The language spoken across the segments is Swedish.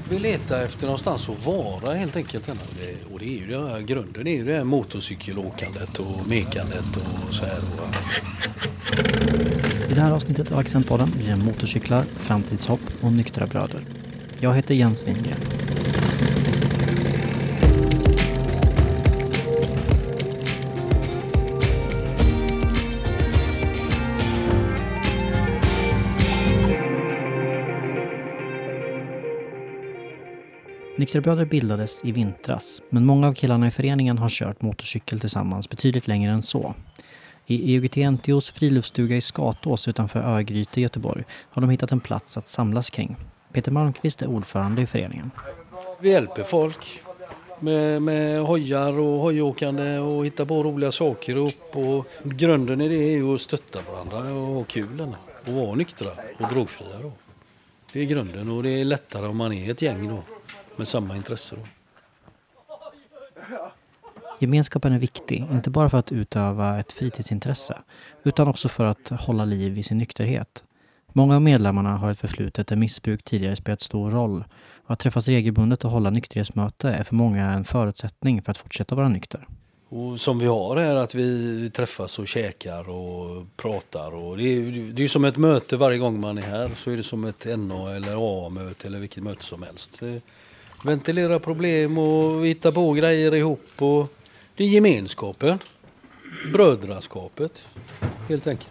Vi letar efter någonstans att vara helt enkelt. Och det är ju det här, grunden är ju det här motorcykelåkandet och mekandet och så här. I det här avsnittet av Accentpodden blir det motorcyklar, framtidshopp och nyktra bröder. Jag heter Jens Wingren. Nyktra bröder bildades i vintras, men många av killarna i föreningen har kört motorcykel tillsammans betydligt längre än så. I EUGT NTOs friluftsstuga i Skatås utanför Örgryte i Göteborg har de hittat en plats att samlas kring. Peter Malmqvist är ordförande i föreningen. Vi hjälper folk med hojar och hojåkande och hitta på roliga saker upp. Och grunden i det är ju att stötta varandra och ha kul och vara nyktra och drogfria då. Det är grunden och det är lättare om man är ett gäng då med samma intresse då. Gemenskapen är viktig, inte bara för att utöva ett fritidsintresse, utan också för att hålla liv i sin nykterhet. Många av medlemmarna har ett förflutet där missbruk tidigare spelat stor roll. Och att träffas regelbundet och hålla nykterhetsmöte är för många en förutsättning för att fortsätta vara nykter. Och som vi har här att vi träffas och käkar och pratar. Och det är som ett möte varje gång man är här. Så är det som ett NA eller A-möte eller vilket möte som helst. Ventilera problem och hitta på grejer ihop. Och det är gemenskapen, brödraskapet helt enkelt.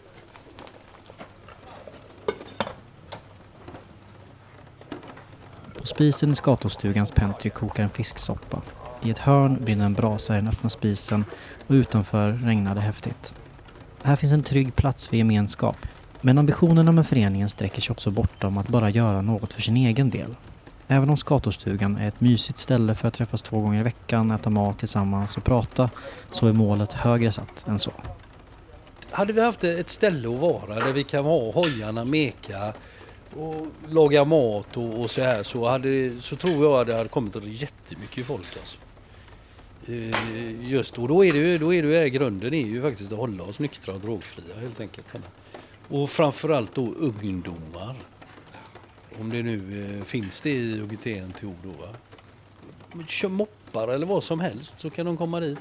På spisen i Skatåsstugans pentry kokar en fisksoppa. I ett hörn brinner en brasa i den öppna spisen och utanför regnar det häftigt. Här finns en trygg plats för gemenskap. Men ambitionerna med föreningen sträcker sig också bortom att bara göra något för sin egen del. Även om Skatåsstugan är ett mysigt ställe för att träffas 2 gånger i veckan, äta mat tillsammans och prata, så är målet högre satt än så. Hade vi haft ett ställe att vara där vi kan ha hojarna, meka och laga mat och så här så tror jag att det hade kommit jättemycket folk alltså. Just och då är det grunden är ju faktiskt att hålla oss nyktra och drogfria helt enkelt. Och framförallt då ungdomar. Om det nu finns det i EUGT NTO då va. Kör moppar eller vad som helst så kan de komma dit.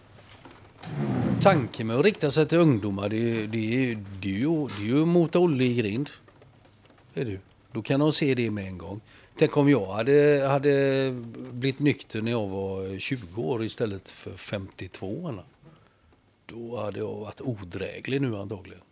Tanken med att rikta sig till ungdomar det är ju mot Olle i grind. Är det? Då kan de se det med en gång. Tänk om jag hade blivit nykter när jag var 20 år istället för 52. Då hade jag varit odräglig nu antagligen.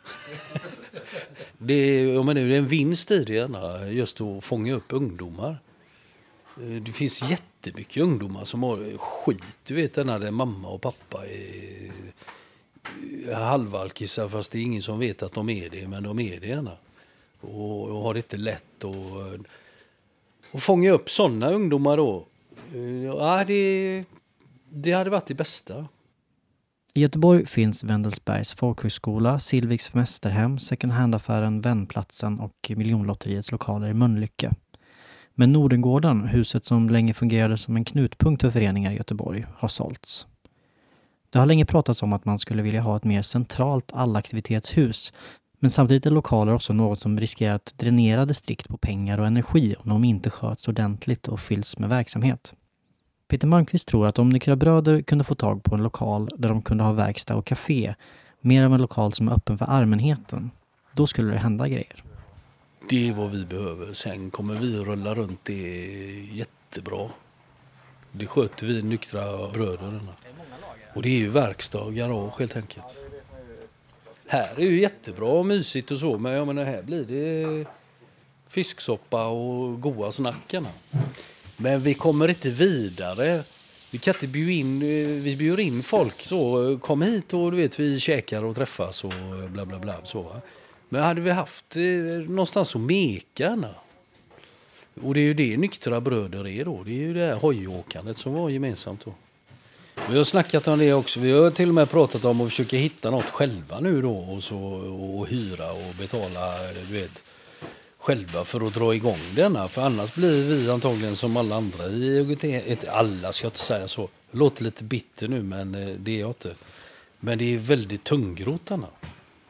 Det är en vinst i det just att fånga upp ungdomar. Det finns jättemycket ungdomar som har skit. Du vet när mamma och pappa är halvalkisar fast det är ingen som vet att de är det. Men de är det och har det inte lätt och fånga upp sådana ungdomar då. Ja, det hade varit det bästa. I Göteborg finns Wendelsbergs folkhögskola, Silviks mästerhem, second hand-affären Vänplatsen och miljonlotteriets lokaler i Mölnlycke. Men Nordengården, huset som länge fungerade som en knutpunkt för föreningar i Göteborg, har sålts. Det har länge pratats om att man skulle vilja ha ett mer centralt allaktivitetshus, men samtidigt är lokaler också något som riskerar att dränera distrikt på pengar och energi om de inte sköts ordentligt och fylls med verksamhet. Peter Malmqvist tror att om nyktra bröder kunde få tag på en lokal där de kunde ha verkstad och café, mer av en lokal som är öppen för allmänheten, då skulle det hända grejer. Det är vad vi behöver. Sen kommer vi att rulla runt det jättebra. Det sköter vi nyktra bröder. Och det är ju verkstad och garage helt enkelt. Här är ju jättebra och mysigt och så, men jag menar här blir det fisksoppa och goda snackarna. Men vi kommer inte vidare. Vi kan inte bjuder in folk så kom hit och du vet vi käkar och träffas och bla bla bla så va. Men hade vi haft någonstans att meka. Och det är ju det nyktra bröder är då. Det är ju det här hojåkandet som var gemensamt då. Vi har snackat om det också. Vi har till och med pratat om att försöka hitta något själva nu då och hyra och betala du vet själva för att dra igång denna. För annars blir vi antagligen som alla andra i EUGT. Alla ska jag inte säga så. Det låter lite bitter nu men det är jag inte. Men det är väldigt tungrot denna.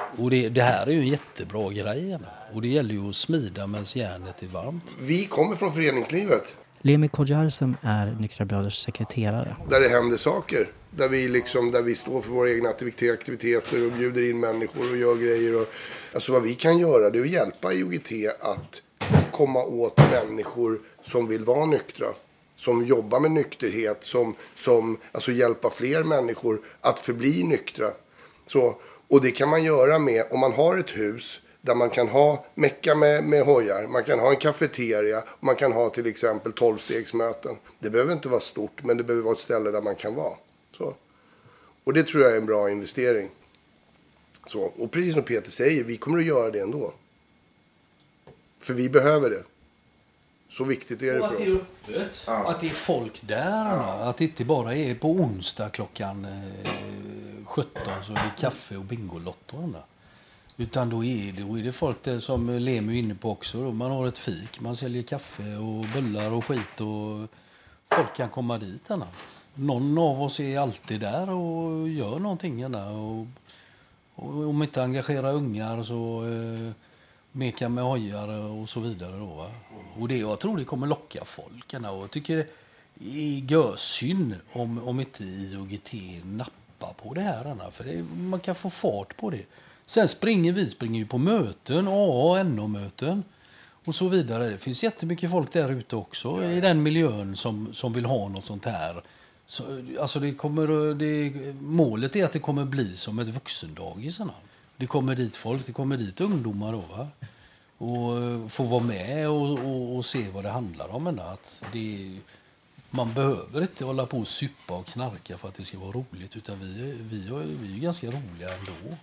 Och det här är ju en jättebra grej. Och det gäller ju att smida medan järnet är varmt. Vi kommer från föreningslivet. Lemi Kodjarsem är Nyktra Bröders sekreterare. Där det händer saker. Där vi står för våra egna aktiviteter och bjuder in människor och gör grejer. Och, alltså vad vi kan göra, det är att hjälpa IOGT att komma åt människor som vill vara nyktra. Som jobbar med nykterhet. Som alltså hjälpa fler människor att förbli nyktra. Så, och det kan man göra med, om man har ett hus där man kan ha mecka med hojar, man kan ha en kafeteria, och man kan ha till exempel 12-stegsmöten. Det behöver inte vara stort, men det behöver vara ett ställe där man kan vara. Så. Och det tror jag är en bra investering. Så. Och precis som Peter säger, vi kommer att göra det ändå. För vi behöver det. Så viktigt är det för oss. Och att det är öppet. Ja. Att det är folk där. Ja. Att det inte bara är på onsdag klockan 17 så är det kaffe och bingolotto. Utan då är det folk där som Lemi är inne på också. Då. Man har ett fik, man säljer kaffe och bullar och skit. Och folk kan komma dit. Någon av oss är alltid där och gör någonting. Och om inte engagera ungar så meka med hojar och så vidare. Då, va? Och jag tror det kommer locka folk. Och jag tycker det är görsynd om inte IOGT nappar på det här. För man kan få fart på det. Sen springer ju på möten, NO-möten och så vidare. Det finns jättemycket folk där ute också i den miljön som vill ha något sånt här. Så, alltså målet är att det kommer bli som ett vuxendagis. Det kommer dit folk, det kommer dit ungdomar då, va? Och få vara med och se vad det handlar om. Att man behöver inte hålla på och suppa och knarka för att det ska vara roligt, utan vi är ganska roliga ändå.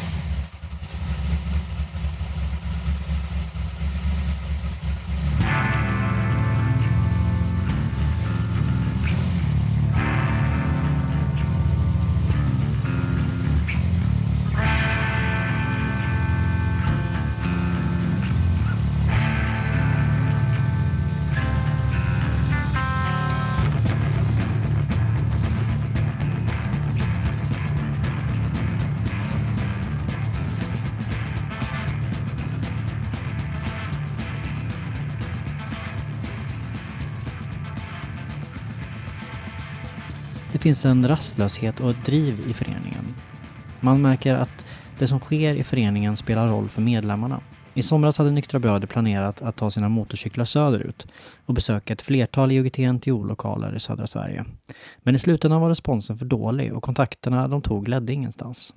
Det finns en rastlöshet och ett driv i föreningen. Man märker att det som sker i föreningen spelar roll för medlemmarna. I somras hade Nyktra Bröder planerat att ta sina motorcyklar söderut och besöka ett flertal IOGT-NTO-lokaler i södra Sverige. Men i slutändan var responsen för dålig och kontakterna de tog ledde ingenstans.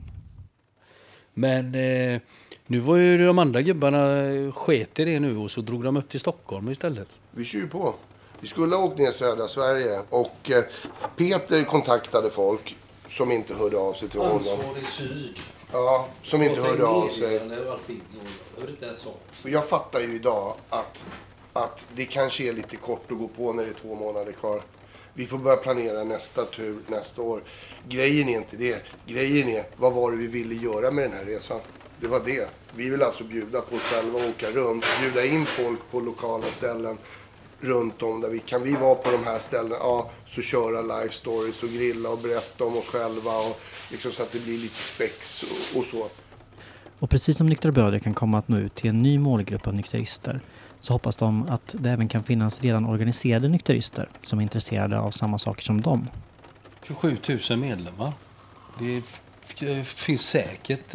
Men nu var ju de andra gubbarna sket i det nu och så drog de upp till Stockholm istället. Vi kör på. Vi skulle ha åkt ner i södra Sverige och Peter kontaktade folk som inte hörde av sig till honom. Ansvarig syd. Ja, som inte hörde av sig. Och jag fattar ju idag att det kanske är lite kort att gå på när det är 2 månader kvar. Vi får börja planera nästa tur nästa år. Grejen är inte det. Grejen är, vad var det vi ville göra med den här resan? Det var det. Vi vill alltså bjuda på oss själva och åka runt. Bjuda in folk på lokala ställen runt om där kan vi vara på de här ställena, så köra live stories och grilla och berätta om oss själva och liksom så att det blir lite spex och så. Och precis som Nyktra Bröder kan komma att nå ut till en ny målgrupp av nykterister så hoppas de att det även kan finnas redan organiserade nykterister som är intresserade av samma saker som dem. 27 000 medlemmar. Det finns säkert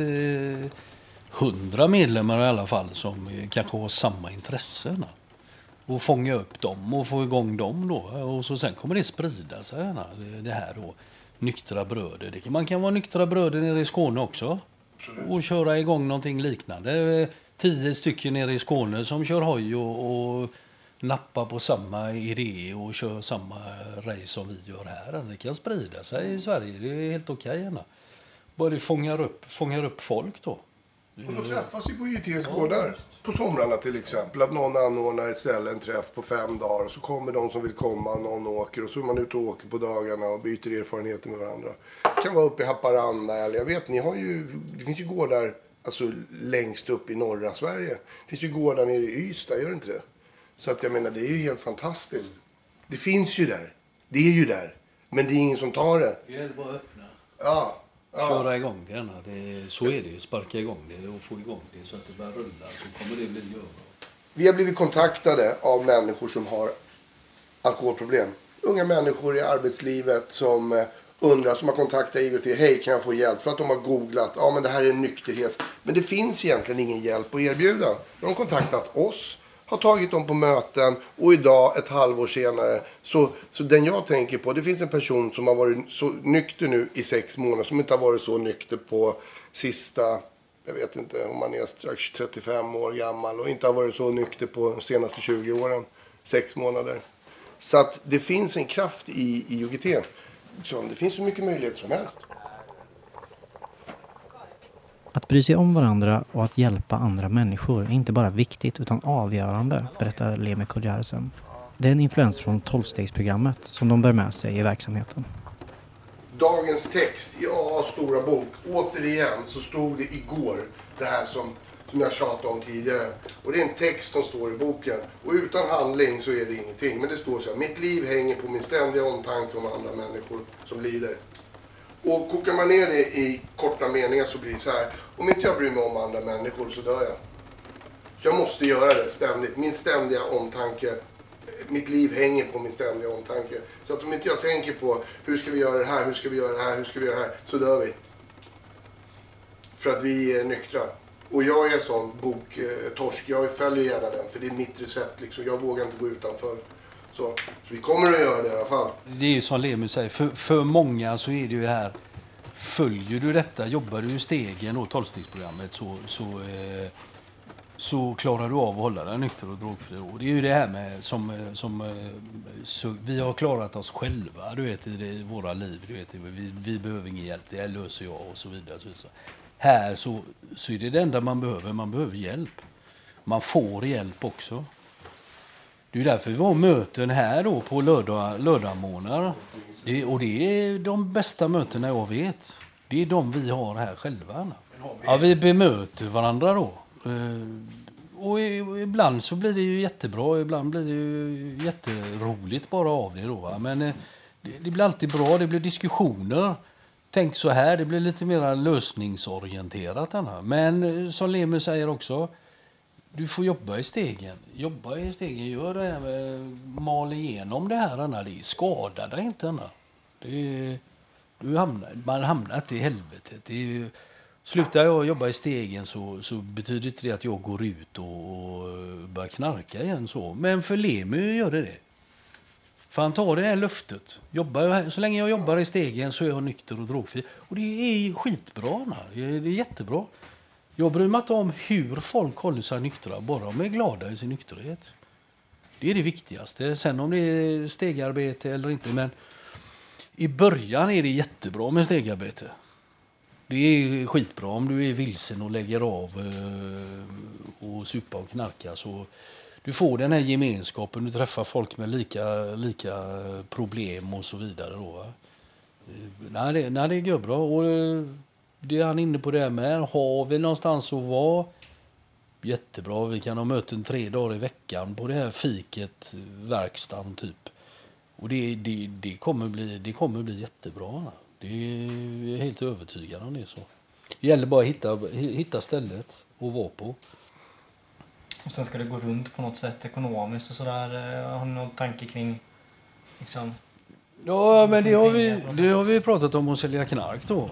100 medlemmar i alla fall som kanske har samma intressen. Och fånga upp dem och få igång dem då. Och så sen kommer det sprida sig. Det här då. Nyktra Bröder. Man kan vara Nyktra Bröder nere i Skåne också. Och köra igång någonting liknande. 10 stycken nere i Skåne som kör hoj och nappar på samma idé och kör samma race som vi gör här. Det kan sprida sig i Sverige. Det är helt okej. Bara det fångar upp folk då. Och så träffas vi på ITs gårdar. På somrarna till exempel. Att någon anordnar ett ställe, en träff på 5 dagar. Och så kommer de som vill komma och någon åker. Och så är man ute och åker på dagarna och byter erfarenheter med varandra. Det kan vara uppe i Haparanda. Eller jag vet, det finns ju gårdar alltså, längst upp i norra Sverige. Det finns ju gårdar nere i Ystad, gör det inte det? Så att jag menar, det är ju helt fantastiskt. Det finns ju där. Det är ju där. Men det är ingen som tar det. Det är bara öppna. Ja. Köra igång det gärna. Så är det. Sparka igång det och få igång det så att det börjar rulla. Så kommer det bli görbart. Vi har blivit kontaktade av människor som har alkoholproblem. Unga människor i arbetslivet som undrar, som har kontaktat IOGT. Hej, kan jag få hjälp? För att de har googlat. Ja, men det här är nykterhet. Men det finns egentligen ingen hjälp att erbjuda. De har kontaktat oss. Har tagit dem på möten. Och idag, ett halvår senare. Så den jag tänker på. Det finns en person som har varit så nykter nu i 6 månader. Som inte har varit så nykter på sista... Jag vet inte om man är strax 35 år gammal. Och inte har varit så nykter på de senaste 20 åren. 6 månader. Så att det finns en kraft i IOGT. Så det finns så mycket möjligheter som helst. Att bry sig om varandra och att hjälpa andra människor är inte bara viktigt utan avgörande, berättar Lemi Kodjarsen. Det är en influens från 12-stegsprogrammet som de bär med sig i verksamheten. Dagens text i AAs stora bok, återigen så stod det igår det här som jag tjatade om tidigare. Och det är en text som står i boken. Och utan handling så är det ingenting. Men det står så här: mitt liv hänger på min ständiga omtanke om andra människor som lider. Och kokar man ner det i korta meningar så blir det så här: om inte jag bryr mig om andra människor så dör jag. Så jag måste göra det ständigt. Min ständiga omtanke. Mitt liv hänger på min ständiga omtanke. Så att om inte jag tänker på hur ska vi göra det här, hur ska vi göra det här, hur ska vi göra det här, så dör vi. För att vi är nyktra. Och jag är sån boktorsk. Jag följer gärna den. För det är mitt recept. Liksom. Jag vågar inte gå utanför. Så vi kommer att göra det i alla fall. Det är ju som Lemi säger. För många så är det ju här. Följer du detta, jobbar du i stegen och 12-stegsprogrammet så klarar du av att hålla dig nykter och drogfri. Och det är ju det här med så vi har klarat oss själva, du vet, i våra liv. Du vet, vi behöver ingen hjälp, det här löser jag och så vidare. Så. Här så är det enda man behöver hjälp. Man får hjälp också. Det är därför vi har möten här då på lördagmorgnar. Och det är de bästa mötena jag vet. Det är de vi har här själva. Ja, vi bemöter varandra då. Och ibland så blir det ju jättebra. Ibland blir det ju jätteroligt bara av det då. Va? Men det blir alltid bra. Det blir diskussioner. Tänk så här, det blir lite mer lösningsorienterat. Men som Lemi säger också, du får jobba i stegen. Gör det här, mal igenom det här. Det skadar dig inte. Man hamnar inte i helvetet. Slutar jag jobba i stegen så betyder inte det att jag går ut och börjar knarka igen. Så. Men för Lemi gör det. För han tar det här löftet. Så länge jag jobbar i stegen så är jag nykter och drogfri. Och det är skitbra. Det är jättebra. Jag bryr mig inte om hur folk håller sig nyktra. Bara de är glada i sin nykterhet. Det är det viktigaste. Sen om det är stegarbete eller inte. Men i början är det jättebra med stegarbete. Det är skitbra om du är vilsen och lägger av och supa och knarka. Så du får den här gemenskapen. Du träffar folk med lika problem och så vidare. Då, nej, det går bra. Och det är han inne på det med. Har vi någonstans att vara? Jättebra. Vi kan ha möten 3 dagar i veckan på det här fiket, verkstaden typ. Och det kommer bli jättebra. Det är helt övertygad om det så. Det gäller bara att hitta stället att vara på. Och sen ska det gå runt på något sätt ekonomiskt och sådär. Har ni någon tanke kring liksom... Ja, men det har vi pratat om att sälja knark då.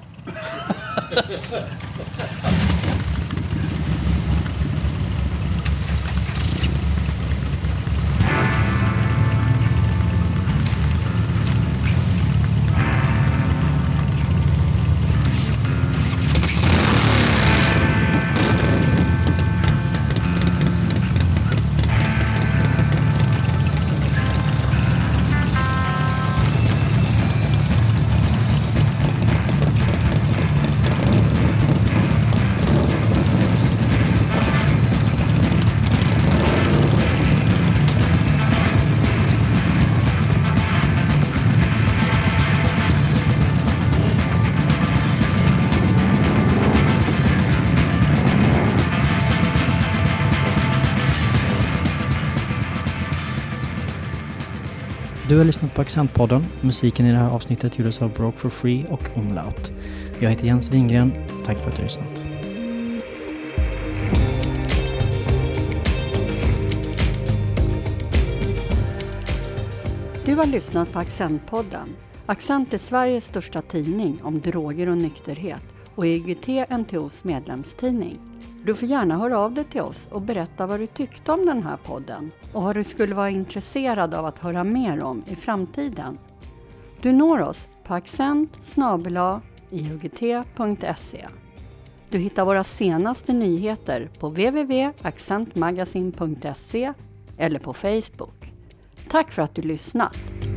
Du har lyssnat på Accentpodden. Musiken i det här avsnittet gjordes av Broke for Free och Umlaut. Jag heter Jens Wingren. Tack för att du har lyssnat. Du har lyssnat på Accentpodden. Accent är Sveriges största tidning om droger och nykterhet och IOGT-NTOs medlemstidning. Du får gärna höra av dig till oss och berätta vad du tyckte om den här podden och vad du skulle vara intresserad av att höra mer om i framtiden. Du når oss på accent@iogT.se. Du hittar våra senaste nyheter på www.accentmagasin.se eller på Facebook. Tack för att du lyssnat!